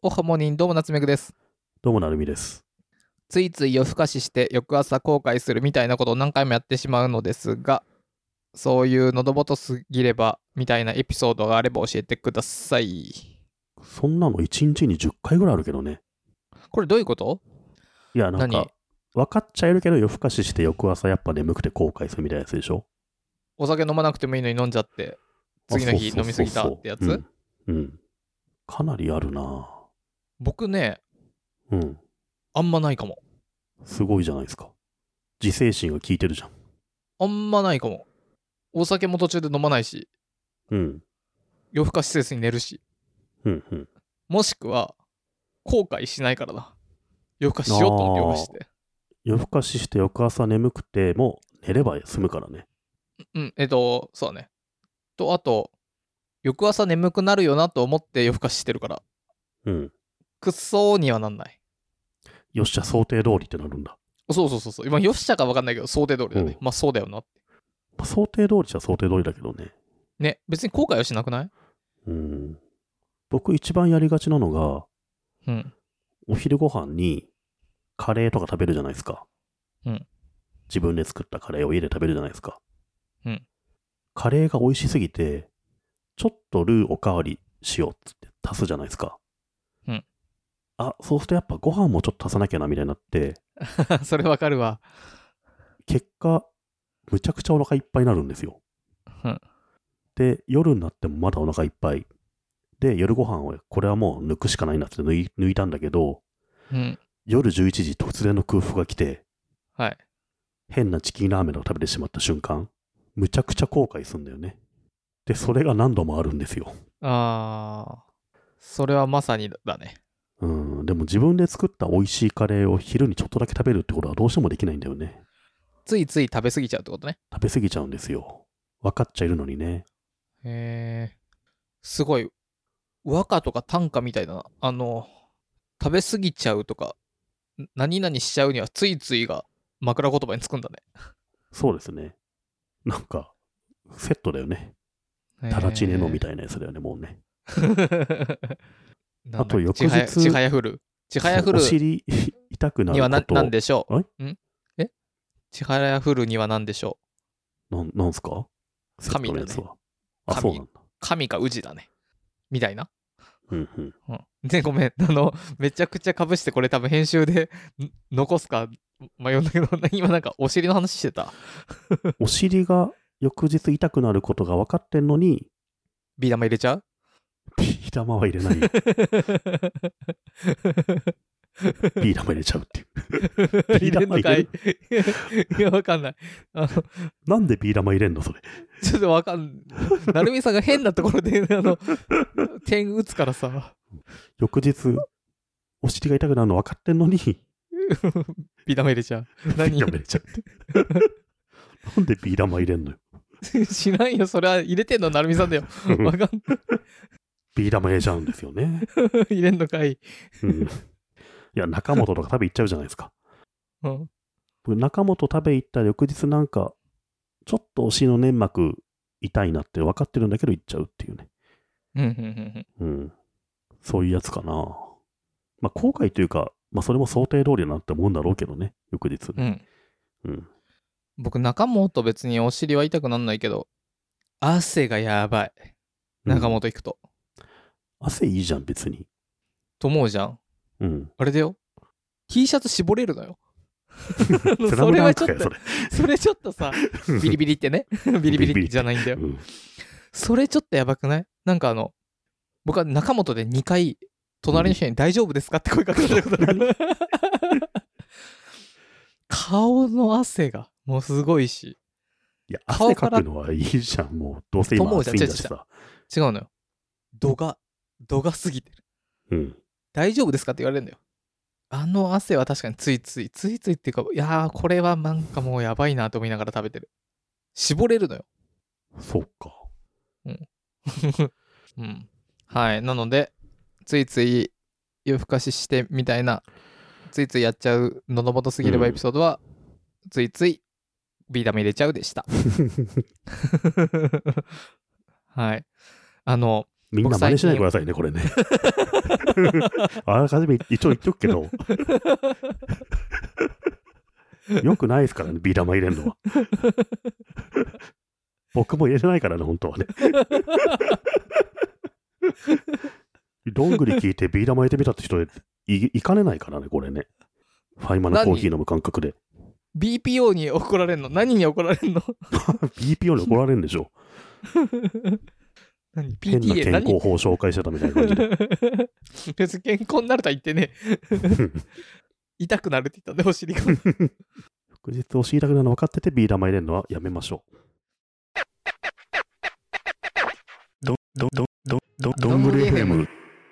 おはモニン、どうも夏目くです。 どうもなるみです。 ついつい夜更かしして翌朝後悔するみたいなことを何回もやってしまうのですが、そういう喉元すぎればみたいなエピソードがあれば教えてください。 そんなの1日に10回ぐらいあるけどね。 これどういうこと？ いや、なん何？ か、分かっちゃいるけど夜更かしして翌朝やっぱ眠くて後悔するみたいなやつでしょ。 お酒飲まなくてもいいのに飲んじゃって次の日飲みすぎたってやつ？ うん。かなりあるな。 僕ね、 うん。 あんまないかも。 すごいじゃないですか。自制心が効いてるじゃん。 あんまないかも。お酒も途中で飲まないし、 うん。 夜更かしせずに寝るし、 うんうん。 もしくは後悔しないからな。夜更かししようと思って夜更かしして。 夜更かしして翌朝眠くても寝れば済むからね。 うん、そうだね。と、あと、翌朝眠くなるよなと思って夜更かししてるから、 うん。 くっそーにはなんない。 よっしゃ、想定通りってなるんだ。 そう。今、よっしゃか分かんないけど、想定通りだね。 うんまあ、そうだよなって。 想定通りじゃ想定通りだけどね。 ね、別に後悔はしなくない？ うん。僕一番やりがちなのが、 うん。 お昼ご飯にカレーとか食べるじゃないですか。 うん。 自分で作ったカレーを家で食べるじゃないですか。 うん。 カレーが美味しすぎて、ちょっとルーおかわりしようっつって足すじゃないですか。 うん。 そうするとやっぱご飯もちょっと足さなきゃなみたいになって、 それ分かるわ。 結果、むちゃくちゃお腹いっぱいになるんですよ。 うん。 で、夜になってもまだお腹いっぱい。で、夜ご飯をこれはもう抜くしかないなって抜いたんだけど、 うん。 夜11時突然の空腹が来て、 はい。 変なチキンラーメンを食べてしまった瞬間、むちゃくちゃ後悔するんだよね。で、それが何度もあるんですよ。 それはまさにだね。 でも自分で作った美味しいカレーを昼にちょっとだけ食べるってことはどうしてもできないんだよね。 ついつい食べ過ぎちゃうってことね。 食べ過ぎちゃうんですよ。分かっちゃいるのにね。 すごい、和歌とか短歌みたいだな。食べ過ぎちゃうとか、何々しちゃうにはついついが枕言葉につくんだね。 そうですね。なんか、セットだよね。タラチネのみたいなやつだよね、もうね。あと翌日、 ちはやふる。ちはやふるお尻痛くなにはること。 何でしょう？ちはやふるには何でしょなんすか？ 神だね。 セットのやつは。そうなんだ。 神か宇治だね。みたいな。 うんうん。 で、ごめん。めちゃくちゃかぶしてこれ多分編集で残すか迷うんだけど、今なんかお尻の話してた。 お尻が翌日痛くなることが分かってんのに、 ビー玉入れちゃう？ ビー玉は入れないよ。ビー玉入れちゃうっていう。 入れんのかい？いや、わかんない。 なんでビー玉入れんのそれ。 ちょっとわかんない。なるみさんが変なところで、点打つからさ。 翌日、お尻が痛くなるの分かってんのに、 ビー玉入れちゃう。何？ ビー玉入れちゃうって。なんでビー玉入れんのよ。 知らんよ。それは入れてんのなるみさんだよ。わかんない。 ビー玉入れちゃうんですよね。 入れんのかい。 いや、中本とか食べ行っちゃうじゃないですか。 うん。 中本食べ行ったら翌日なんか、ちょっとお尻の粘膜痛いなって分かってるんだけど行っちゃうっていうね。そういうやつかな。まあ、後悔というか、まあ、それも想定通りだなって思うんだろうけどね、翌日ね。 僕、中本別にお尻は痛くなんないけど、汗がやばい。中本行くと。 汗いいじゃん、別に。 と思うじゃん。あれだよ。T シャツ絞れるのよ。それはちょっと、それちょっとさ、ビリビリってね。ビリビリってじゃないんだよ。それちょっとやばくない？なんか僕は中本で2回、隣の人に大丈夫ですかって声かけられたことある。顔の汗がもうすごいし。 いや、汗かくのはいいじゃん。もう、どうせ今暑いんだしさ。 違うのよ。度が過ぎてる。大丈夫ですかって言われるんだよ。汗は確かについついっていうか、いやー、これはなんかもうやばいなと思いながら食べてる。絞れるのよ。 そっか。 はい。なので、ついつい夜更かししてみたいな、ついついやっちゃう喉元すぎればエピソードは、ついついビー玉入れちゃうでした。はい。 みんな真似しないでくださいね、これね。あらかじめ一応言っとくけど。よくないですからね、ビー玉入れるのは。僕も入れてないからね、本当はね。どんぐり聞いてビー玉入れてみたって人でいかねないからね、これね。ファイマのコーヒー飲む感覚で。 BPO に怒られんの？何に怒られんの？ BPO に怒られるんでしょ。 何？ 変な PTA 健康法を紹介してたみたいな感じで。 別に健康になるとは言ってね。痛くなるって言ったんで、お尻が。 翌日お尻痛くなるの分かっててビー玉入れるのはやめましょう。どんぐり FM。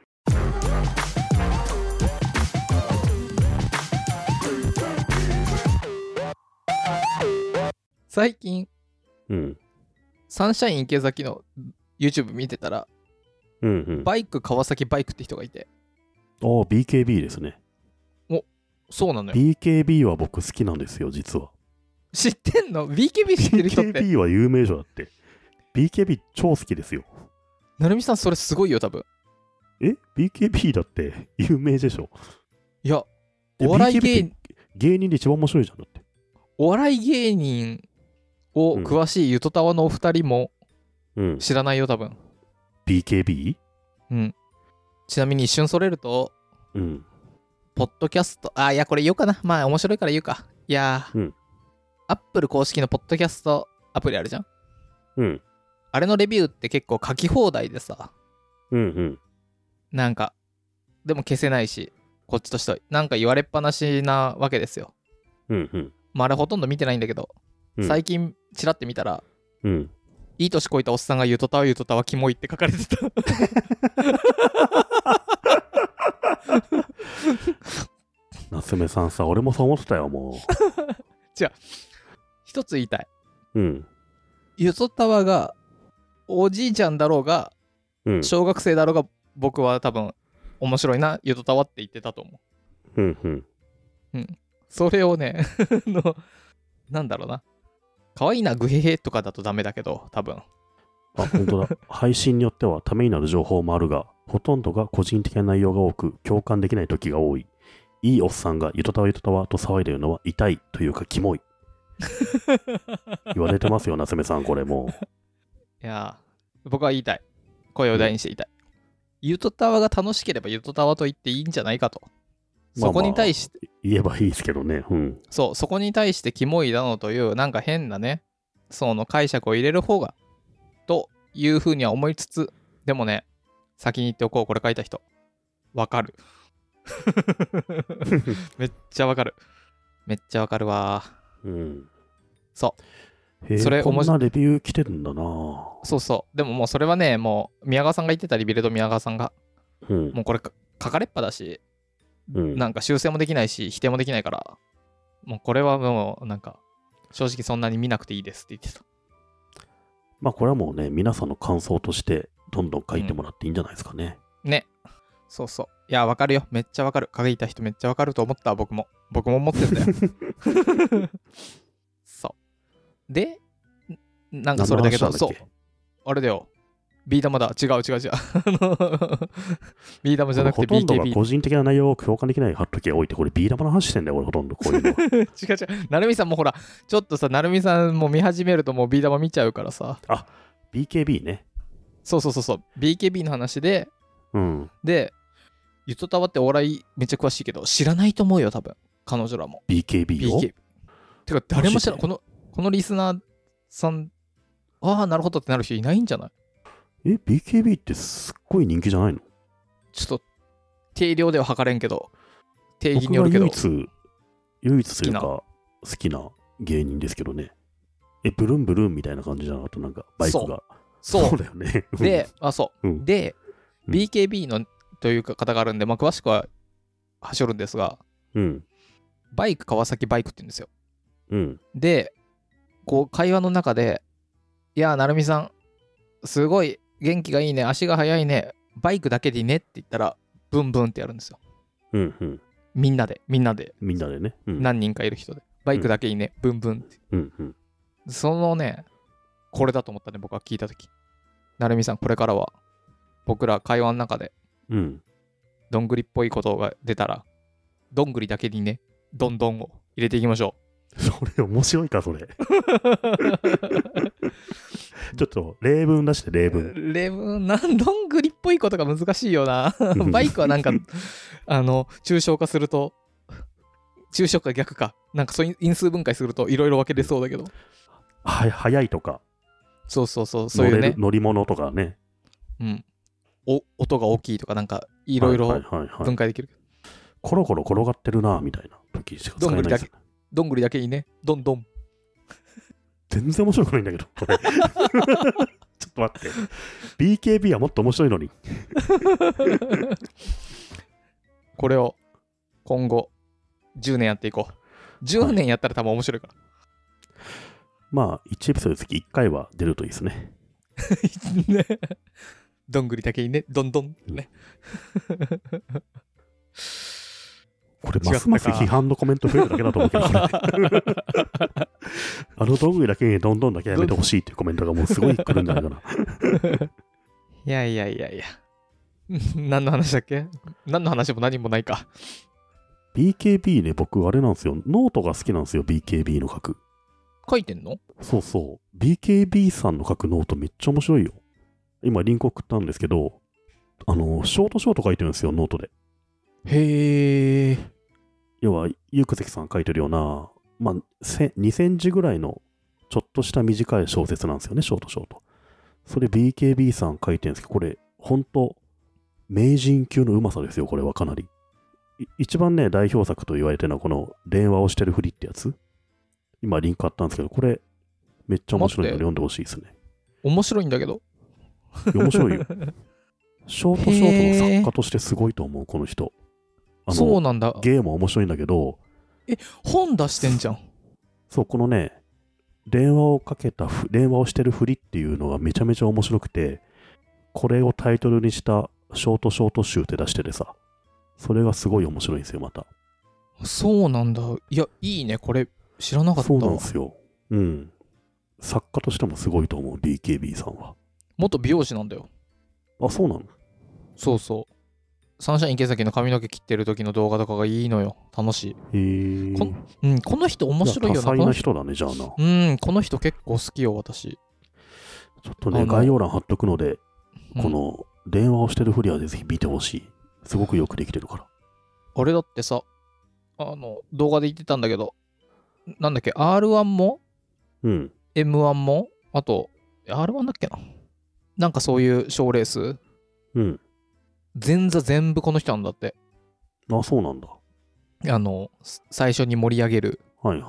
最近、サンシャイン池崎の YouTube 見てたら、バイク川崎バイクって人がいて。 BKB ですね。 そうなのよ。 BKB は僕好きなんですよ、実は。 知ってんの？ BKB 知ってる人って。 BKB は有名女だって。BKB 超好きですよ。 なるみさん、それすごいよ、多分。 BKB だって有名でしょ。 いや、お笑い芸人で一番面白いじゃん、だって。 お笑い芸人を詳しいゆとたわのお二人も知らないよ、多分。 BKB？ ちなみに一瞬それると、ポッドキャスト、いや、これ言おうかな。まあ、面白いから言うか。いやー、アップル公式のポッドキャストアプリあるじゃん。あれのレビューって結構書き放題でさ。なんか、でも消せないし、こっちとしては。なんか言われっぱなしなわけですよ。まあ、あれほとんど見てないんだけど、最近チラって見たら、いい年こいたおっさんがゆとたわキモいって書かれてた。 夏目さんさ、俺もそう思ってたよ、もう。 じゃあ、一つ言いたい。ゆとたわが、おじいちゃんだろうが、小学生だろうが、僕は多分、面白いな、ゆとたわって言ってたと思う。それをね、なんだろうな。可愛いな、グヘヘとかだとダメだけど、多分。 本当だ。配信によってはためになる情報もあるが、ほとんどが個人的な内容が多く、共感できない時が多い。いいおっさんがゆとたわと騒いでるのは痛いというかキモい。言われてますよ、夏目さん、これもう。 いや、僕は言いたい。声を大にして言いたい。ゆとたわが楽しければゆとたわと言っていいんじゃないかと。そこに対して、 言えばいいですけどね。 そう、そこに対してキモいだのという、なんか変なね、その解釈を入れる方が、というふうには思いつつ、でもね、先に言っておこう、これ書いた人。わかる。めっちゃわかる。めっちゃわかるわ。そう。 それこんなレビュー来てるんだな。 そうそう。でももうそれはね、もう宮川さんが言ってたリビルド宮川さんが、もうこれ書かれっぱだし、なんか修正もできないし、否定もできないから、もうこれはもうなんか、正直そんなに見なくていいですって言ってた。 まあこれはもうね、皆さんの感想としてどんどん書いてもらっていいんじゃないですかね。 ね。そうそう。いや、わかるよ。めっちゃわかる。書いた人めっちゃわかると思ったわ、僕も。僕も思ってんだよ。そう。で、なんかそれだけど、そう。あれだよ。ビー玉だ。違う。ビー玉じゃなくて BKB。 ほとんどが個人的な内容を共感できない時が多いって、これビー玉の話してんだよ、俺ほとんどこういうの。 違う。なるみさんもほら、ちょっとさ、なるみさんも見始めるともうビー玉見ちゃうからさ。 BKB ね。 そう。BKB の話で、で、ゆとたわってお笑いめっちゃ詳しいけど、知らないと思うよ、多分。彼女らも。 BKB を？ てか、誰も知らん。このリスナーさん、なるほどってなる人いないんじゃない？ BKB ってすっごい人気じゃないの？ ちょっと、定量では測れんけど、定義によるけど。 僕が唯一というか、好きな芸人ですけどね。ブルンブルンみたいな感じじゃなかった？なんか、バイクが。そうだよね。 で、で、BKB のという方があるんで、詳しくは走るんですが、バイク川崎バイクって言うんですよ。で、こう、会話の中で、いや、なるみさん、すごい元気がいいね、足が速いね、バイクだけでいいねって言ったら、ブンブンってやるんですよ。みんなでね。何人かいる人で。バイクだけいいね、ブンブンって。そのね、これだと思ったね、僕は聞いたとき。なるみさん、これからは、 僕ら会話の中で、どんぐりっぽいことが出たら、どんぐりだけにね、どんどんを入れていきましょう。それ面白いか、それ。ちょっと例文出して例文。 どんぐりっぽいことが難しいよな。バイクはなんか、抽象化すると、抽象化逆か。なんかそういう因数分解するといろいろ分けれそうだけど。 速いとか。 そう、そういうね。 乗り物とかね。 音が大きいとか、なんかいろいろ分解できる。 コロコロ転がってるな、みたいな時しか使えないですよね。 どんぐりだけいいね。どんどん。 全然面白くないんだけど、これ。ちょっと待って。BKB はもっと面白いのに。 これを今後10年やっていこう。10年やったら多分面白いから。 まあ、1エピソードにつき1回は出るといいですね。 ね。どんぐりだけいいね。どんどん。ね。 これ、ますます批判のコメント増えるだけだと思うけど、どんぐりだけにどんどんだけやめてほしいっていうコメントがもうすごい来るんじゃないかな。 いや。何の話だっけ？何の話も何もないか。 BKB ね、僕あれなんですよ。ノートが好きなんですよ、BKB の書く。 書いてんの？ そうそう。BKB さんの書くノートめっちゃ面白いよ。今リンク送ったんですけど、ショート書いてるんですよ、ノートで。 へー。 要は、ゆうくせきさん書いてるような、まあ、2センチぐらいのちょっとした短い小説なんですよね、ショート。それ BKB さん書いてるんですけど、これ、ほんと、名人級のうまさですよ、これはかなり。一番ね、代表作と言われてるのは、この、電話をしてるふりってやつ。今、リンクあったんですけど、これ、めっちゃ面白いので読んでほしいですね。 面白いんだけど。 面白いよ。ショートの作家としてすごいと思う、この人。 そうなんだ。 ゲームは面白いんだけど。 本出してんじゃん。 そう、このね、電話をしてるふりっていうのがめちゃめちゃ面白くて、これをタイトルにしたショート集って出しててさ、それがすごい面白いんですよ、また。 そうなんだ。いや、いいね、これ、知らなかったわ。 そうなんですよ。うん。作家としてもすごいと思う、BKB さんは。 元美容師なんだよ。 あ、そうなの？ そうそう。サンシャイン池崎の髪の毛切ってる時の動画とかがいいのよ。楽しい。 へえ。この人面白いよな。 多彩な人だね、じゃあな。 この人結構好きよ、私。 ちょっとね、概要欄貼っとくので、この電話をしてるふりはぜひ見てほしい。すごくよくできてるから。 あれだってさ、動画で言ってたんだけど、なんだっけ、R1 も、M1 も、あと、R1 だっけな。なんかそういう賞レース、前座全部この人なんだって。 あ、そうなんだ。 最初に盛り上げる。 何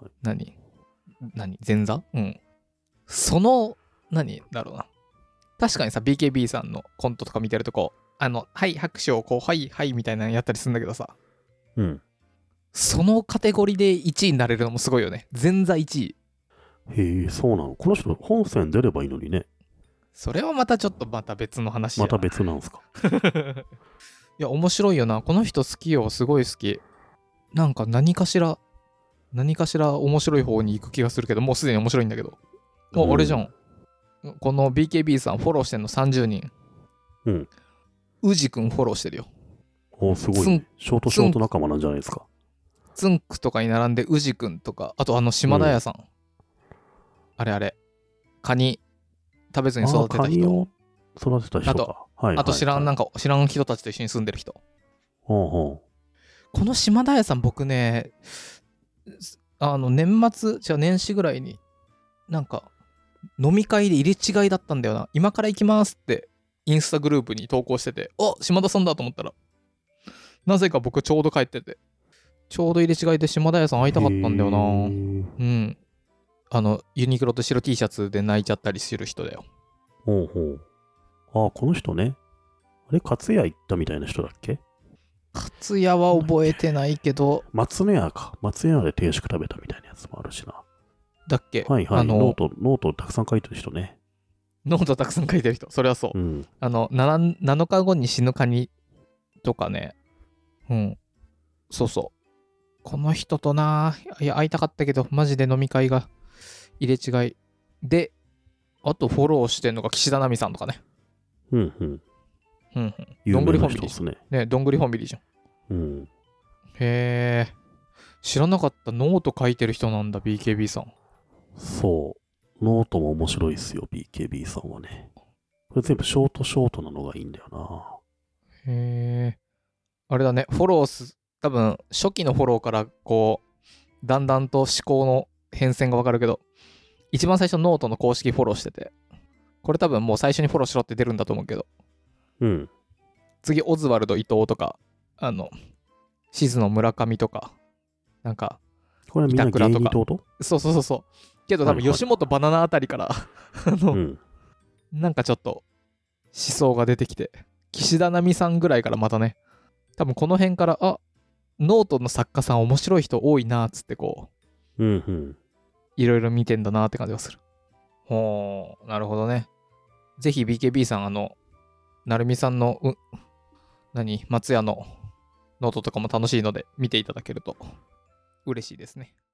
前座？その、何だろうな。確かにさ、BKB さんのコントとか見てるとこう、はい、拍手をこう、はいみたいなのやったりするんだけどさ。そのカテゴリーで1位になれるのもすごいよね。前座1位。 へえ、そうなの。この人、本戦出ればいいのにね。 それはまたちょっと別の話また別なんすか。 いや、面白いよな。この人好きよ。すごい好き。なんか何かしら面白い方に行く気がするけど、もうすでに面白いんだけど。あれじゃん。この BKB さんフォローしてんの30人。宇治くんフォローしてるよ。 すごい、ね。ショート仲間なんじゃないですか。 つんくとかに並んで宇治くんとか、あと島田屋さん。あれ。カニ食べずに育てた人。 カニを育てた人か。 あと知らん人たちと一緒に住んでる人。 この島田屋さん、僕ね、年始ぐらいに、なんか、飲み会で入れ違いだったんだよな。今から行きますって、インスタグループに投稿してて、島田さんだと思ったら、なぜか僕ちょうど帰ってて、ちょうど入れ違いで島田屋さん会いたかったんだよな。ユニクロと白 T シャツで泣いちゃったりする人だよ。 この人ね。あれ、勝屋行ったみたいな人だっけ？ 勝屋は覚えてないけど。 松の屋か。松の屋で定食食べたみたいなやつもあるしな。 だっけ？ ノートたくさん書いてる人ね。 ノートたくさん書いてる人。それはそう。7日後に死ぬカニとかね。そうそう。この人と会いたかったけど、マジで飲み会が入れ違い。で、あとフォローしてんのが岸田奈美さんとかね。 うん。 有名な人ですね。 ね、どんぐりファミリーじゃん。 うん。 へえ。知らなかった。ノート書いてる人なんだ、BKB さん。 そう。ノートも面白いっすよ、BKB さんはね。これ全部ショートなのがいいんだよな。 へえ。あれだね、多分、初期のフォローからこう、だんだんと思考の変遷がわかるけど、一番最初ノートの公式フォローしてて、これ多分もう最初にフォローしろって出るんだと思うけど、 うん。 次、オズワルド伊藤とか、静野村上とか、なんか、 これはみんな芸人ってこと？ そう。けど多分吉本バナナあたりからなんかちょっと思想が出てきて、岸田奈美さんぐらいからまたね、多分この辺から、ノートの作家さん面白い人多いなーっつってこう、 いろいろ見てんだなーって感じがする。ほー、なるほどね。ぜひ BKB さん、なるみさんの、松屋のノートとかも楽しいので見ていただけると嬉しいですね。